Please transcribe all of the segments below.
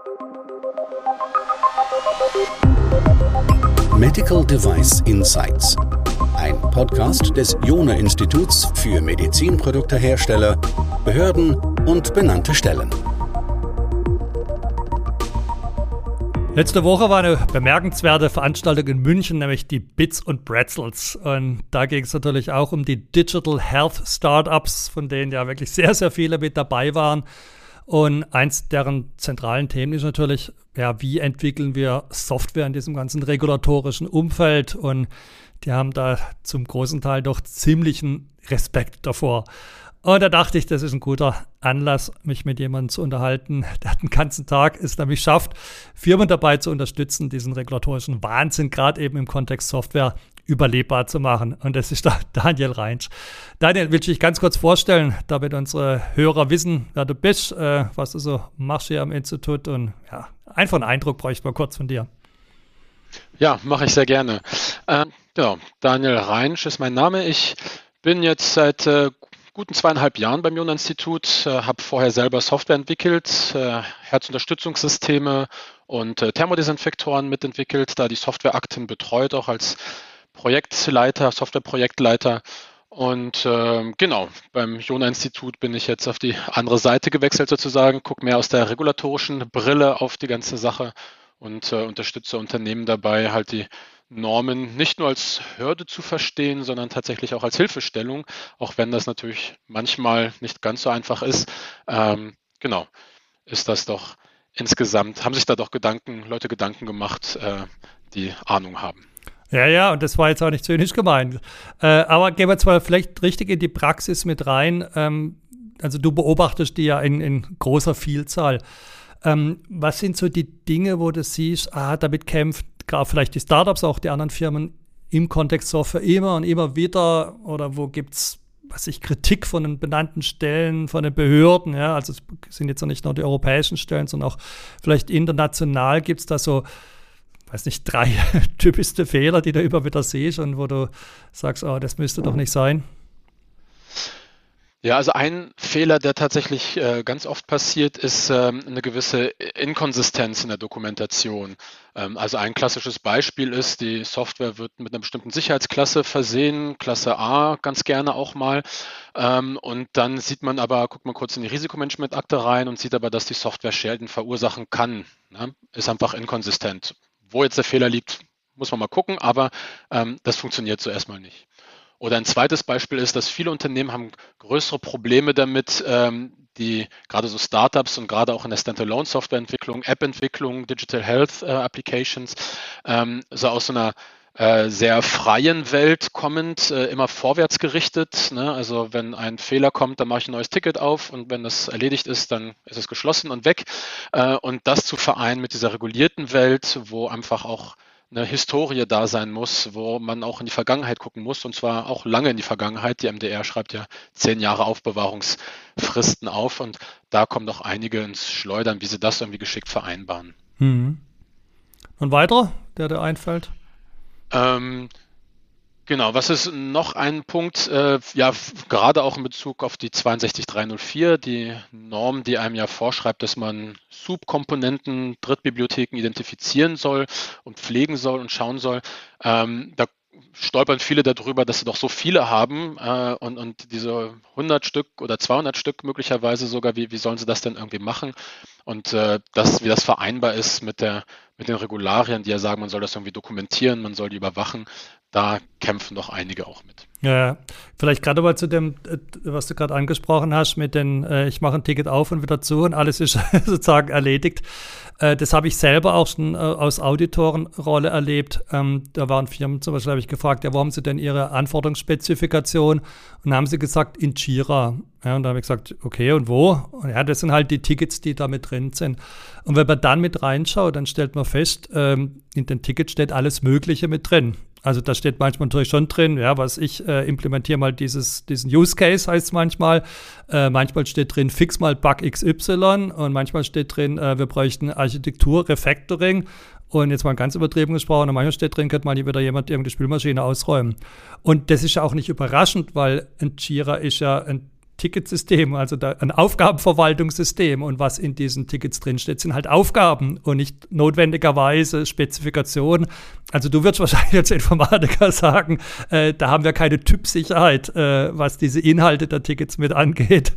Medical Device Insights, ein Podcast des Jona-Instituts für Medizinproduktehersteller, Behörden und benannte Stellen. Letzte Woche war eine bemerkenswerte Veranstaltung in München, nämlich die Bits & Pretzels. Und da ging es natürlich auch um die Digital Health Startups, von denen ja wirklich sehr, sehr viele mit dabei waren. Und eins deren zentralen Themen ist natürlich, ja, wie entwickeln wir Software in diesem ganzen regulatorischen Umfeld? Und die haben da zum großen Teil doch ziemlichen Respekt davor. Und da dachte ich, das ist ein guter Anlass, mich mit jemandem zu unterhalten, der den ganzen Tag es nämlich schafft, Firmen dabei zu unterstützen, diesen regulatorischen Wahnsinn, gerade eben im Kontext Software, überlebbar zu machen. Und das ist der Daniel Reinsch. Daniel, willst du dich ganz kurz vorstellen, damit unsere Hörer wissen, wer du bist, was du so machst hier am Institut und ja, einfach einen Eindruck bräuchte ich mal kurz von dir. Ja, mache ich sehr gerne. Daniel Reinsch ist mein Name. Ich bin jetzt seit guten 2,5 Jahren beim Jona-Institut, habe vorher selber Software entwickelt, Herzunterstützungssysteme und Thermodesinfektoren mitentwickelt, da die Softwareakten betreut, auch als Projektleiter, Softwareprojektleiter. Und beim Jona-Institut bin ich jetzt auf die andere Seite gewechselt sozusagen, gucke mehr aus der regulatorischen Brille auf die ganze Sache und unterstütze Unternehmen dabei, halt die Normen nicht nur als Hürde zu verstehen, sondern tatsächlich auch als Hilfestellung, auch wenn das natürlich manchmal nicht ganz so einfach ist. Ist das doch insgesamt, haben sich da doch Leute Gedanken gemacht, die Ahnung haben. Ja, und das war jetzt auch nicht zynisch gemeint. Aber gehen wir jetzt mal vielleicht richtig in die Praxis mit rein. Also du beobachtest die ja in großer Vielzahl. Was sind so die Dinge, wo du siehst, damit kämpft gerade vielleicht die Startups, auch die anderen Firmen im Kontext Software immer und immer wieder? Oder wo gibt es, Kritik von den benannten Stellen, von den Behörden? Ja? Also es sind jetzt noch nicht nur die europäischen Stellen, sondern auch vielleicht international gibt es da so, 3 typischste Fehler, die du immer wieder siehst und wo du sagst, das müsste doch nicht sein? Ja, also ein Fehler, der tatsächlich ganz oft passiert, ist eine gewisse Inkonsistenz in der Dokumentation. Also ein klassisches Beispiel ist, die Software wird mit einer bestimmten Sicherheitsklasse versehen, Klasse A ganz gerne auch mal. Und dann guckt man kurz in die Risikomanagementakte rein und sieht aber, dass die Software Schäden verursachen kann. Ne? Ist einfach inkonsistent. Wo jetzt der Fehler liegt, muss man mal gucken, aber das funktioniert so erstmal nicht. Oder ein zweites Beispiel ist, dass viele Unternehmen haben größere Probleme damit, die gerade so Startups und gerade auch in der Standalone-Softwareentwicklung, App-Entwicklung, Digital Health Applications, so aus so einer sehr freien Welt kommend, immer vorwärts gerichtet. Ne? Also wenn ein Fehler kommt, dann mache ich ein neues Ticket auf und wenn das erledigt ist, dann ist es geschlossen und weg. Und das zu vereinen mit dieser regulierten Welt, wo einfach auch eine Historie da sein muss, wo man auch in die Vergangenheit gucken muss, und zwar auch lange in die Vergangenheit. Die MDR schreibt ja 10 Jahre Aufbewahrungsfristen auf und da kommen doch einige ins Schleudern, wie sie das irgendwie geschickt vereinbaren. Und weiterer, der dir einfällt? Was ist noch ein Punkt, gerade auch in Bezug auf die 62304, die Norm, die einem ja vorschreibt, dass man Subkomponenten, Drittbibliotheken identifizieren soll und pflegen soll und schauen soll. Da stolpern viele darüber, dass sie doch so viele haben und diese 100 Stück oder 200 Stück möglicherweise sogar, wie sollen sie das denn irgendwie machen? Und wie das vereinbar ist mit den Regularien, die ja sagen, man soll das irgendwie dokumentieren, man soll die überwachen, da kämpfen doch einige auch mit. Ja, vielleicht gerade mal zu dem, was du gerade angesprochen hast, mit ich mache ein Ticket auf und wieder zu und alles ist sozusagen erledigt. Das habe ich selber auch schon aus Auditorenrolle erlebt. Da waren Firmen zum Beispiel, habe ich gefragt, wo haben sie denn ihre Anforderungsspezifikation? Und haben sie gesagt, in Jira. Ja, und da habe ich gesagt, okay, und wo? Und ja, das sind halt die Tickets, die da mit drin sind. Und wenn man dann mit reinschaut, dann stellt man fest, in den Tickets steht alles Mögliche mit drin. Also da steht manchmal natürlich schon drin, implementiere mal diesen Use Case, heißt es manchmal. Manchmal steht drin, fix mal Bug XY und manchmal steht drin, wir bräuchten Architektur, Refactoring. Und jetzt mal ganz übertrieben gesprochen, manchmal steht drin, könnte mal wieder jemand irgendeine Spülmaschine ausräumen. Und das ist ja auch nicht überraschend, weil ein Jira ist ja ein Ticketsystem, also ein Aufgabenverwaltungssystem. Und was in diesen Tickets drinsteht, sind halt Aufgaben und nicht notwendigerweise Spezifikationen. Also du würdest wahrscheinlich als Informatiker sagen, da haben wir keine Typsicherheit, was diese Inhalte der Tickets mit angeht.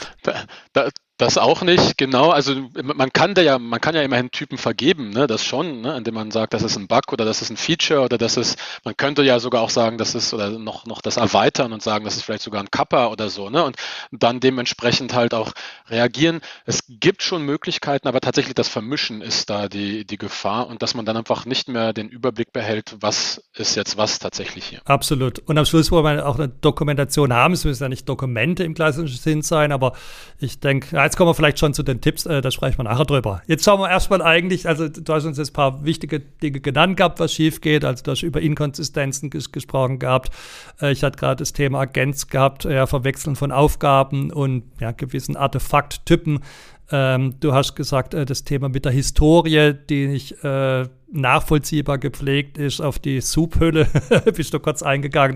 Das auch nicht, genau. Also man kann ja immerhin Typen vergeben, ne? Das schon, ne? Indem man sagt, das ist ein Bug oder das ist ein Feature oder man könnte ja sogar auch sagen, das ist oder noch das erweitern und sagen, das ist vielleicht sogar ein Kappa oder so, ne? Und dann dementsprechend halt auch reagieren. Es gibt schon Möglichkeiten, aber tatsächlich das Vermischen ist da die Gefahr und dass man dann einfach nicht mehr den Überblick behält, was ist jetzt was tatsächlich hier. Absolut. Und am Schluss wollen wir auch eine Dokumentation haben. Es müssen ja nicht Dokumente im klassischen Sinn sein, aber ich denke, jetzt kommen wir vielleicht schon zu den Tipps, da sprechen wir nachher drüber. Jetzt schauen wir erstmal eigentlich, also du hast uns jetzt ein paar wichtige Dinge genannt gehabt, was schief geht, also du hast über Inkonsistenzen gesprochen gehabt. Ich hatte gerade das Thema Agenz gehabt, Verwechseln von Aufgaben und gewissen Artefakttypen. Du hast gesagt, das Thema mit der Historie, die nicht nachvollziehbar gepflegt ist, auf die Soup-Hülle bist du kurz eingegangen.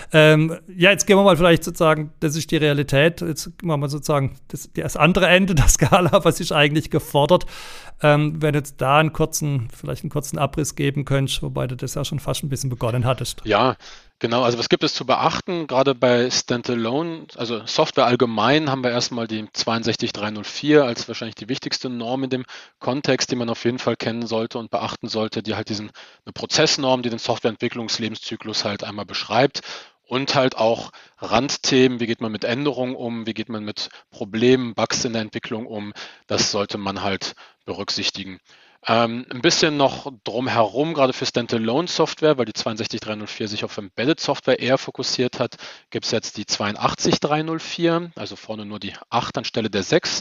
Jetzt gehen wir mal vielleicht sozusagen, das ist die Realität, jetzt machen wir sozusagen das andere Ende der Skala, was ist eigentlich gefordert. Wenn du jetzt da vielleicht einen kurzen Abriss geben könntest, wobei du das ja schon fast ein bisschen begonnen hattest. Ja, genau. Also was gibt es zu beachten? Gerade bei Standalone, also Software allgemein, haben wir erstmal die 62304 als wahrscheinlich die wichtigste Norm in dem Kontext, die man auf jeden Fall kennen sollte und beachten sollte, die halt eine Prozessnorm, die den Softwareentwicklungslebenszyklus halt einmal beschreibt. Und halt auch Randthemen, wie geht man mit Änderungen um, wie geht man mit Problemen, Bugs in der Entwicklung um, das sollte man halt berücksichtigen. Ein bisschen noch drumherum, gerade für Standalone-Software, weil die 62304 sich auf Embedded Software eher fokussiert hat, gibt es jetzt die 82304, also vorne nur die 8 anstelle der 6,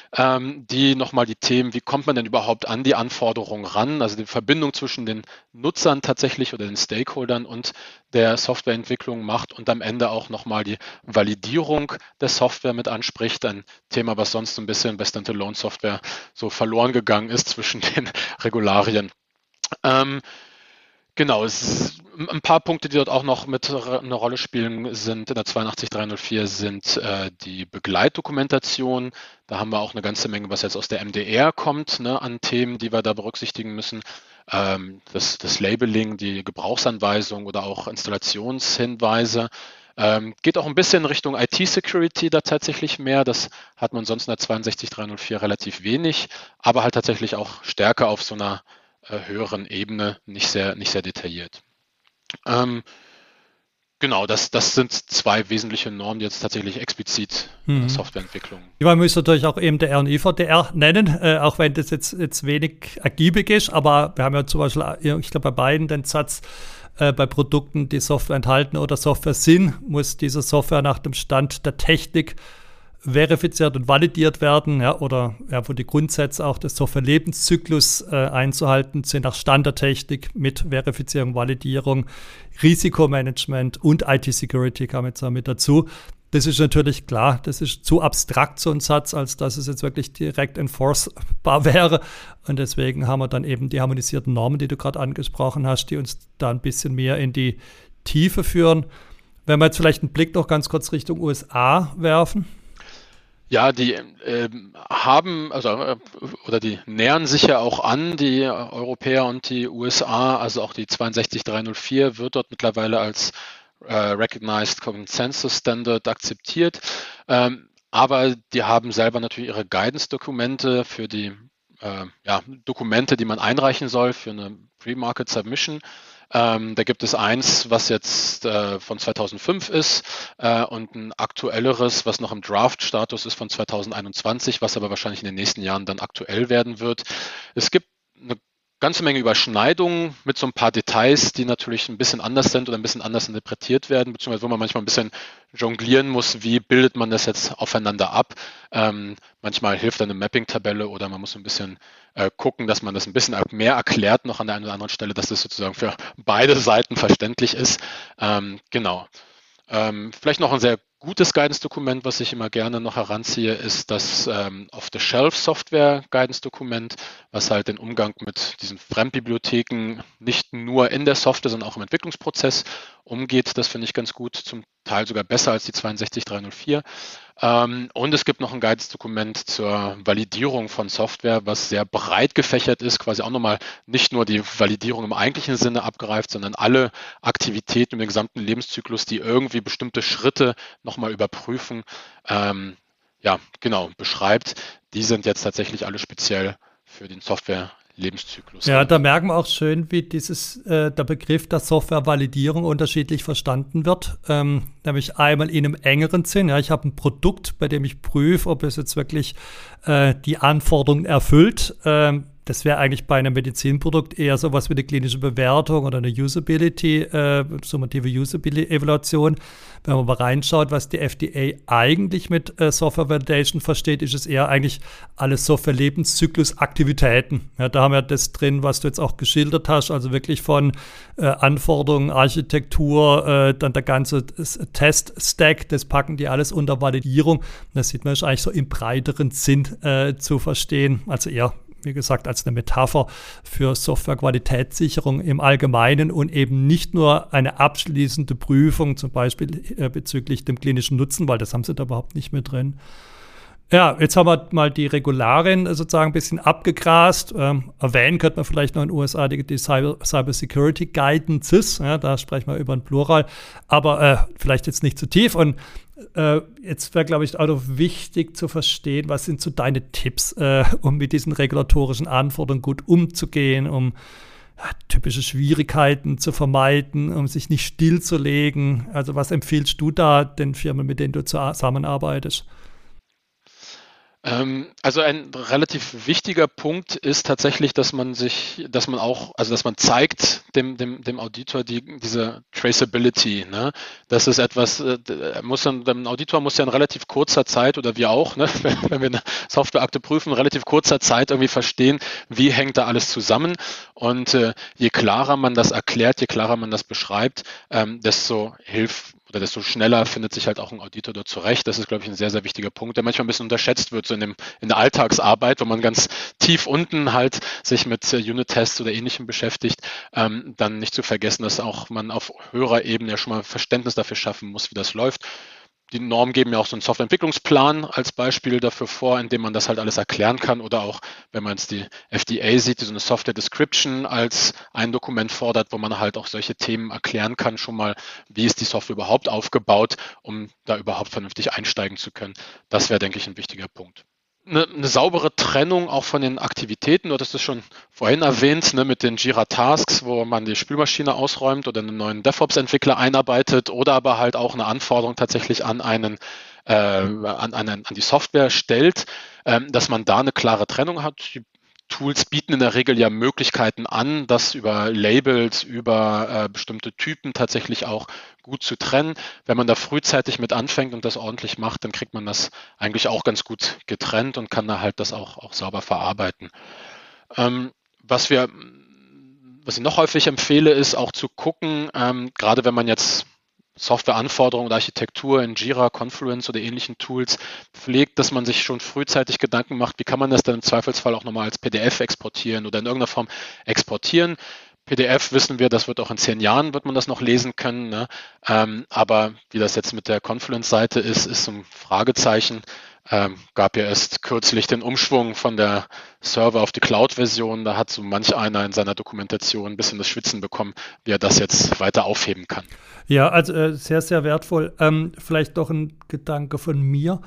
die nochmal die Themen, wie kommt man denn überhaupt an die Anforderungen ran, also die Verbindung zwischen den Nutzern tatsächlich oder den Stakeholdern und der Softwareentwicklung macht und am Ende auch nochmal die Validierung der Software mit anspricht, ein Thema, was sonst ein bisschen bei Standalone-Software so verloren gegangen ist zwischen den Regularien. Genau, es ist ein paar Punkte, die dort auch noch mit eine Rolle spielen, sind in der 82304 sind die Begleitdokumentation. Da haben wir auch eine ganze Menge, was jetzt aus der MDR kommt, ne, an Themen, die wir da berücksichtigen müssen. Das Labeling, die Gebrauchsanweisung oder auch Installationshinweise. Geht auch ein bisschen in Richtung IT-Security da tatsächlich mehr. Das hat man sonst in der 62304 relativ wenig, aber halt tatsächlich auch stärker auf so einer höheren Ebene, nicht sehr detailliert. Genau, das sind zwei wesentliche Normen, die jetzt tatsächlich explizit Softwareentwicklung. Man müsste natürlich auch eben der RNIVDR nennen, auch wenn das jetzt wenig ergiebig ist, aber wir haben ja zum Beispiel, ich glaube, bei beiden den Satz, bei Produkten, die Software enthalten oder Software sind, muss diese Software nach dem Stand der Technik verifiziert und validiert werden, wo die Grundsätze auch des Software-Lebenszyklus einzuhalten sind, nach Stand der Technik mit Verifizierung, Validierung, Risikomanagement und IT-Security kam jetzt auch mit dazu. Das ist natürlich klar, das ist zu abstrakt, so ein Satz, als dass es jetzt wirklich direkt enforcebar wäre. Und deswegen haben wir dann eben die harmonisierten Normen, die du gerade angesprochen hast, die uns da ein bisschen mehr in die Tiefe führen. Wenn wir jetzt vielleicht einen Blick noch ganz kurz Richtung USA werfen. Ja, die die nähern sich ja auch an, die Europäer und die USA, also auch die 62304 wird dort mittlerweile als Recognized Consensus Standard akzeptiert, aber die haben selber natürlich ihre Guidance-Dokumente für die Dokumente, die man einreichen soll für eine Pre-Market Submission. Da gibt es eins, was jetzt von 2005 ist und ein aktuelleres, was noch im Draft-Status ist von 2021, was aber wahrscheinlich in den nächsten Jahren dann aktuell werden wird. Es gibt eine ganze Menge Überschneidungen mit so ein paar Details, die natürlich ein bisschen anders sind oder ein bisschen anders interpretiert werden, beziehungsweise wo man manchmal ein bisschen jonglieren muss, wie bildet man das jetzt aufeinander ab. Manchmal hilft eine Mapping-Tabelle oder man muss ein bisschen gucken, dass man das ein bisschen mehr erklärt noch an der einen oder anderen Stelle, dass das sozusagen für beide Seiten verständlich ist. Genau. Vielleicht noch ein sehr gutes Guidance-Dokument, was ich immer gerne noch heranziehe, ist das Off-the-Shelf-Software-Guidance-Dokument, was halt den Umgang mit diesen Fremdbibliotheken nicht nur in der Software, sondern auch im Entwicklungsprozess umgeht. Das finde ich ganz gut, zum Teil sogar besser als die 62304. Und es gibt noch ein Guidance-Dokument zur Validierung von Software, was sehr breit gefächert ist, quasi auch nochmal nicht nur die Validierung im eigentlichen Sinne abgreift, sondern alle Aktivitäten im gesamten Lebenszyklus, die irgendwie bestimmte Schritte nochmal überprüfen, beschreibt. Die sind jetzt tatsächlich alle speziell für den Software-Lebenszyklus. Ja, da merken wir auch schön, wie der Begriff der Softwarevalidierung unterschiedlich verstanden wird. Nämlich einmal in einem engeren Sinn. Ja, ich habe ein Produkt, bei dem ich prüfe, ob es jetzt wirklich die Anforderungen erfüllt. Das wäre eigentlich bei einem Medizinprodukt eher sowas wie eine klinische Bewertung oder eine Usability, summative Usability-Evaluation. Wenn man mal reinschaut, was die FDA eigentlich mit Software Validation versteht, ist es eher eigentlich alle Software-Lebenszyklus-Aktivitäten. Ja, da haben wir das drin, was du jetzt auch geschildert hast, also wirklich von Anforderungen, Architektur, dann der ganze Test-Stack, das packen die alles unter Validierung. Das sieht man ist eigentlich so im breiteren Sinn zu verstehen, also eher wie gesagt, als eine Metapher für Softwarequalitätssicherung im Allgemeinen und eben nicht nur eine abschließende Prüfung, zum Beispiel bezüglich dem klinischen Nutzen, weil das haben sie da überhaupt nicht mit drin. Ja, jetzt haben wir mal die Regularien sozusagen ein bisschen abgegrast. Erwähnen könnte man vielleicht noch in den USA die Cyber Security Guidances. Ja, da sprechen wir über ein Plural, aber vielleicht jetzt nicht zu tief. Und jetzt wäre, glaube ich, auch noch wichtig zu verstehen, was sind so deine Tipps, um mit diesen regulatorischen Anforderungen gut umzugehen, um typische Schwierigkeiten zu vermeiden, um sich nicht stillzulegen. Also was empfiehlst du da den Firmen, mit denen du zusammenarbeitest? Also ein relativ wichtiger Punkt ist tatsächlich, dass man zeigt dem Auditor diese Traceability, ne? Das ist etwas, der Auditor muss ja in relativ kurzer Zeit oder wir auch, ne, wenn wir eine Softwareakte prüfen, in relativ kurzer Zeit irgendwie verstehen, wie hängt da alles zusammen. Und je klarer man das erklärt, je klarer man das beschreibt, desto schneller findet sich halt auch ein Auditor dort zurecht. Das ist, glaube ich, ein sehr, sehr wichtiger Punkt, der manchmal ein bisschen unterschätzt wird, so in der Alltagsarbeit, wo man ganz tief unten halt sich mit Unit-Tests oder Ähnlichem beschäftigt, dann nicht zu vergessen, dass auch man auf höherer Ebene ja schon mal Verständnis dafür schaffen muss, wie das läuft. Die Normen geben ja auch so einen Softwareentwicklungsplan als Beispiel dafür vor, in dem man das halt alles erklären kann, oder auch, wenn man jetzt die FDA sieht, die so eine Software Description als ein Dokument fordert, wo man halt auch solche Themen erklären kann, schon mal, wie ist die Software überhaupt aufgebaut, um da überhaupt vernünftig einsteigen zu können. Das wäre, denke ich, ein wichtiger Punkt. Eine saubere Trennung auch von den Aktivitäten, du hattest es schon vorhin erwähnt, ne, mit den Jira-Tasks, wo man die Spülmaschine ausräumt oder einen neuen DevOps-Entwickler einarbeitet oder aber halt auch eine Anforderung tatsächlich an die Software stellt, dass man da eine klare Trennung hat. Die Tools bieten in der Regel ja Möglichkeiten an, das über Labels, über bestimmte Typen tatsächlich auch gut zu trennen. Wenn man da frühzeitig mit anfängt und das ordentlich macht, dann kriegt man das eigentlich auch ganz gut getrennt und kann da halt das auch sauber verarbeiten. Was ich noch häufig empfehle, ist auch zu gucken, gerade wenn man jetzt Softwareanforderungen oder Architektur in Jira, Confluence oder ähnlichen Tools pflegt, dass man sich schon frühzeitig Gedanken macht, wie kann man das dann im Zweifelsfall auch nochmal als PDF exportieren oder in irgendeiner Form exportieren. PDF wissen wir, das wird auch in 10 Jahren, wird man das noch lesen können, ne? Aber wie das jetzt mit der Confluence-Seite ist so ein Fragezeichen. Gab ja erst kürzlich den Umschwung von der Server auf die Cloud-Version. Da hat so manch einer in seiner Dokumentation ein bisschen das Schwitzen bekommen, wie er das jetzt weiter aufheben kann. Ja, also sehr, sehr wertvoll. Vielleicht doch ein Gedanke von mir.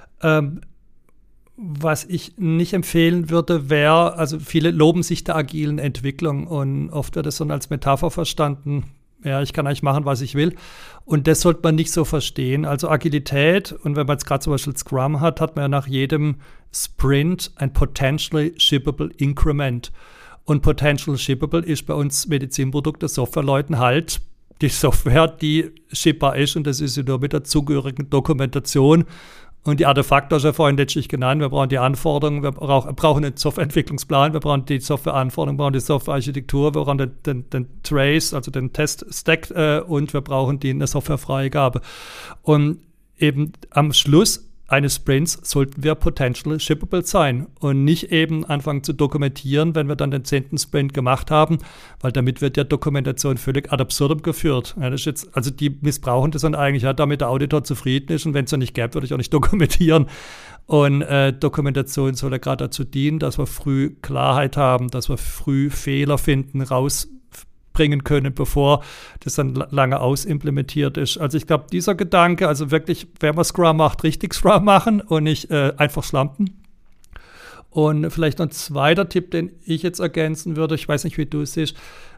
Was ich nicht empfehlen würde, wäre, also viele loben sich der agilen Entwicklung und oft wird es so als Metapher verstanden. Ja, ich kann eigentlich machen, was ich will. Und das sollte man nicht so verstehen. Also Agilität, und wenn man jetzt gerade zum Beispiel Scrum hat, hat man ja nach jedem Sprint ein Potentially Shippable Increment. Und Potential Shippable ist bei uns Medizinprodukte, Softwareleuten halt die Software, die shippbar ist, und das ist sie nur mit der zugehörigen Dokumentation. Und die Artefakte hast du ja vorhin letztlich genannt. Wir brauchen die Anforderungen, wir brauchen einen Softwareentwicklungsplan, wir brauchen die Softwareanforderungen, wir brauchen die Softwarearchitektur, wir brauchen den Trace, also den Test-Stack und wir brauchen eine Softwarefreigabe. Und eben am Schluss eines Sprints sollten wir potentially shippable sein und nicht eben anfangen zu dokumentieren, wenn wir dann den 10. Sprint gemacht haben, weil damit wird ja Dokumentation völlig ad absurdum geführt. Ja, das ist jetzt, also die missbrauchen das dann eigentlich, ja, damit der Auditor zufrieden ist, und wenn es ja nicht gäbe, würde ich auch nicht dokumentieren. Und Dokumentation soll ja gerade dazu dienen, dass wir früh Klarheit haben, dass wir früh Fehler finden, rausbringen können, bevor das dann lange ausimplementiert ist. Also ich glaube, dieser Gedanke, also wirklich, wenn man Scrum macht, richtig Scrum machen und nicht einfach schlampen. Und vielleicht noch ein zweiter Tipp, den ich jetzt ergänzen würde, ich weiß nicht, wie du es siehst,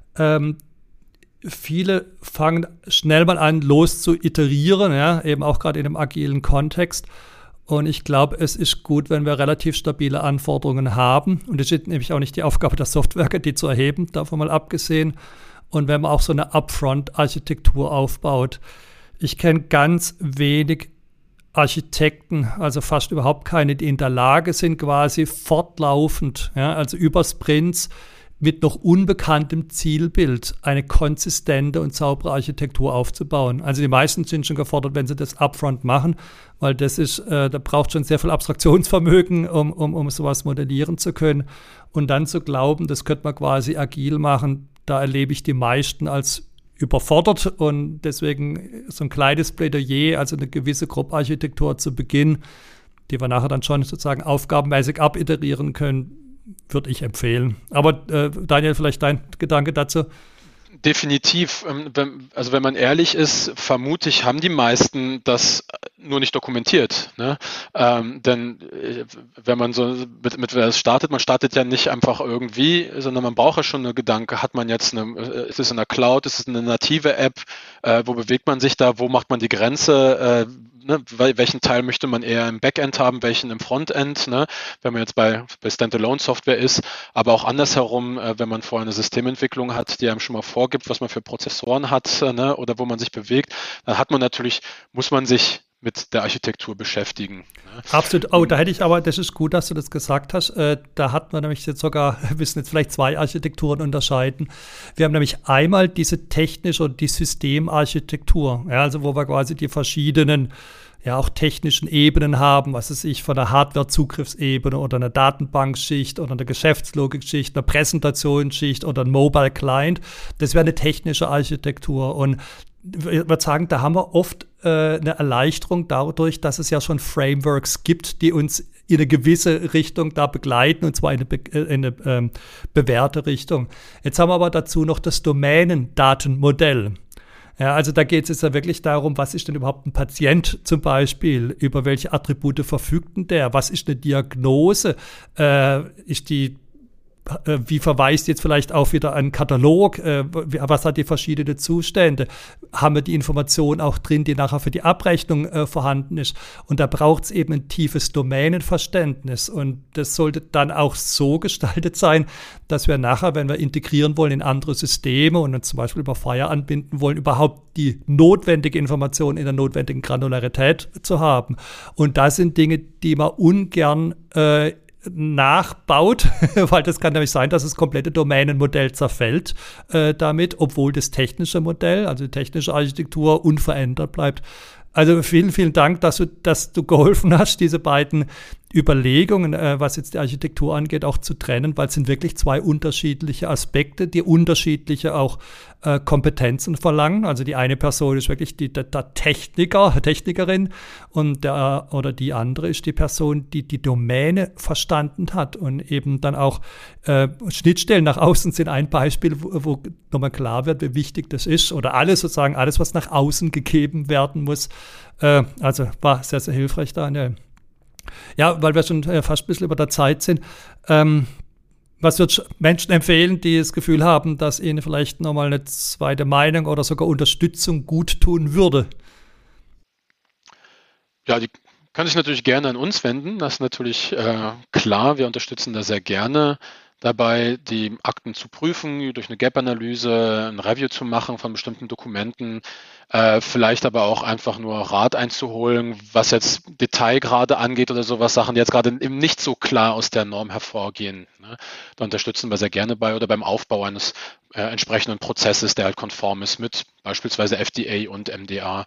viele fangen schnell mal an, los zu iterieren, ja, eben auch gerade in einem agilen Kontext. Und ich glaube, es ist gut, wenn wir relativ stabile Anforderungen haben. Und es ist nämlich auch nicht die Aufgabe der Softwerker, die zu erheben, davon mal abgesehen. Und wenn man auch so eine Upfront-Architektur aufbaut. Ich kenne ganz wenig Architekten, also fast überhaupt keine, die in der Lage sind, quasi fortlaufend, ja, also über Sprints, mit noch unbekanntem Zielbild eine konsistente und saubere Architektur aufzubauen. Also die meisten sind schon gefordert, wenn sie das upfront machen, weil das ist, da braucht schon sehr viel Abstraktionsvermögen, um sowas modellieren zu können. Und dann zu glauben, das könnte man quasi agil machen, da erlebe ich die meisten als überfordert, und deswegen so ein kleines Plädoyer, also eine gewisse Grupparchitektur zu Beginn, die wir nachher dann schon sozusagen aufgabenmäßig abiterieren können, würde ich empfehlen. Aber Daniel, vielleicht dein Gedanke dazu? Definitiv. Wenn man ehrlich ist, vermute ich, haben die meisten das nur nicht dokumentiert. Ne? Denn wenn man so mit was startet, man startet ja nicht einfach irgendwie, sondern man braucht ja schon eine Gedanke. Hat man jetzt ist es in der Cloud, ist es eine native App, wo bewegt man sich da, wo macht man die Grenze, welchen Teil möchte man eher im Backend haben, welchen im Frontend, ne? Wenn man jetzt bei Standalone-Software ist, aber auch andersherum, wenn man vorher eine Systementwicklung hat, die einem schon mal vorgibt, was man für Prozessoren hat, ne? Oder wo man sich bewegt, dann muss man sich mit der Architektur beschäftigen. Ne? Absolut. Oh, da hätte ich aber, das ist gut, dass du das gesagt hast. Da hat man nämlich jetzt sogar, wir müssen jetzt vielleicht 2 Architekturen unterscheiden. Wir haben nämlich einmal diese technische und die Systemarchitektur, ja, also wo wir quasi die verschiedenen, ja, auch technischen Ebenen haben, was weiß ich, von der Hardware-Zugriffsebene oder einer Datenbankschicht oder einer Geschäftslogik-Schicht, einer Präsentationsschicht oder ein Mobile-Client. Das wäre eine technische Architektur. Und ich würde sagen, da haben wir oft eine Erleichterung dadurch, dass es ja schon Frameworks gibt, die uns in eine gewisse Richtung da begleiten, und zwar in eine bewährte Richtung. Jetzt haben wir aber dazu noch das Domänendatenmodell. Ja, also da geht es jetzt ja wirklich darum, was ist denn überhaupt ein Patient zum Beispiel, über welche Attribute verfügt denn der, was ist eine Diagnose, wie verweist jetzt vielleicht auch wieder ein Katalog, was hat die verschiedenen Zustände, haben wir die Information auch drin, die nachher für die Abrechnung vorhanden ist, und da braucht es eben ein tiefes Domänenverständnis, und das sollte dann auch so gestaltet sein, dass wir nachher, wenn wir integrieren wollen in andere Systeme und uns zum Beispiel über Fire anbinden wollen, überhaupt die notwendige Information in der notwendigen Granularität zu haben, und das sind Dinge, die man ungern nachbaut, weil das kann nämlich sein, dass das komplette Domänenmodell zerfällt damit, obwohl das technische Modell, also die technische Architektur, unverändert bleibt. Also vielen, vielen Dank, dass du geholfen hast, diese beiden Überlegungen, was jetzt die Architektur angeht, auch zu trennen, weil es sind wirklich 2 unterschiedliche Aspekte, die unterschiedliche auch Kompetenzen verlangen. Also die eine Person ist wirklich der Technikerin, und oder die andere ist die Person, die die Domäne verstanden hat, und eben dann auch Schnittstellen nach außen sind ein Beispiel, wo nochmal klar wird, wie wichtig das ist, oder alles, was nach außen gegeben werden muss. Also war sehr, sehr hilfreich, Daniel. Ja, weil wir schon fast ein bisschen über der Zeit sind. Was würdest du Menschen empfehlen, die das Gefühl haben, dass ihnen vielleicht nochmal eine zweite Meinung oder sogar Unterstützung gut tun würde? Ja, die kann sich natürlich gerne an uns wenden. Das ist natürlich klar. Wir unterstützen da sehr gerne dabei, die Akten zu prüfen, durch eine Gap-Analyse ein Review zu machen von bestimmten Dokumenten, vielleicht aber auch einfach nur Rat einzuholen, was jetzt Detailgrade angeht oder sowas, Sachen, die jetzt gerade eben nicht so klar aus der Norm hervorgehen. Ne? Da unterstützen wir sehr gerne bei, oder beim Aufbau eines entsprechenden Prozesses, der halt konform ist mit beispielsweise FDA und MDA.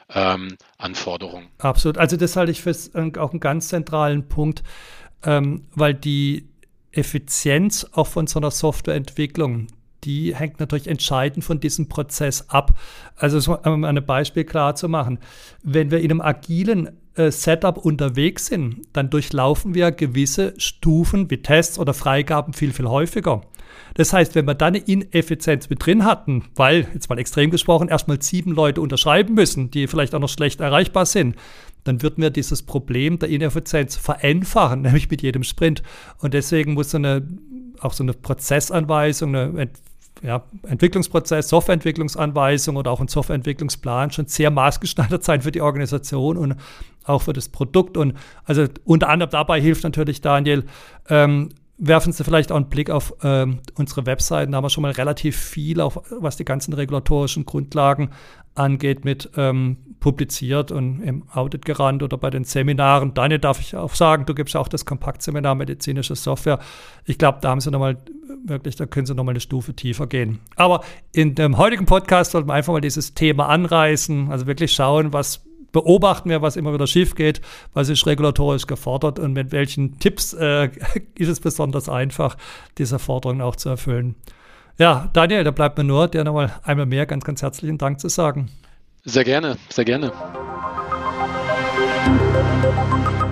Anforderungen. Absolut. Also das halte ich für auch einen ganz zentralen Punkt, weil die Effizienz auch von so einer Softwareentwicklung, die hängt natürlich entscheidend von diesem Prozess ab. Also um ein Beispiel klar zu machen, wenn wir in einem agilen Setup unterwegs sind, dann durchlaufen wir gewisse Stufen wie Tests oder Freigaben viel, viel häufiger. Das heißt, wenn wir dann eine Ineffizienz mit drin hatten, weil, jetzt mal extrem gesprochen, erstmal 7 Leute unterschreiben müssen, die vielleicht auch noch schlecht erreichbar sind, dann würden wir dieses Problem der Ineffizienz vereinfachen, nämlich mit jedem Sprint. Und deswegen muss auch so eine Prozessanweisung, eine Entwicklungsprozess, Softwareentwicklungsanweisung oder auch ein Softwareentwicklungsplan schon sehr maßgeschneidert sein für die Organisation und auch für das Produkt. Und also unter anderem dabei hilft natürlich, Daniel, werfen Sie vielleicht auch einen Blick auf unsere Webseiten. Da haben wir schon mal relativ viel, auch was die ganzen regulatorischen Grundlagen angeht, mit publiziert und im Audit gerannt oder bei den Seminaren. Daniel, darf ich auch sagen, du gibst ja auch das Kompaktseminar medizinische Software. Ich glaube, da haben Sie nochmal wirklich, da können Sie nochmal eine Stufe tiefer gehen. Aber in dem heutigen Podcast sollten wir einfach mal dieses Thema anreißen, also wirklich schauen, was beobachten wir, was immer wieder schief geht, was ist regulatorisch gefordert und mit welchen Tipps ist es besonders einfach, diese Forderungen auch zu erfüllen. Ja, Daniel, da bleibt mir nur, dir nochmal einmal mehr ganz, ganz herzlichen Dank zu sagen. Sehr gerne, sehr gerne.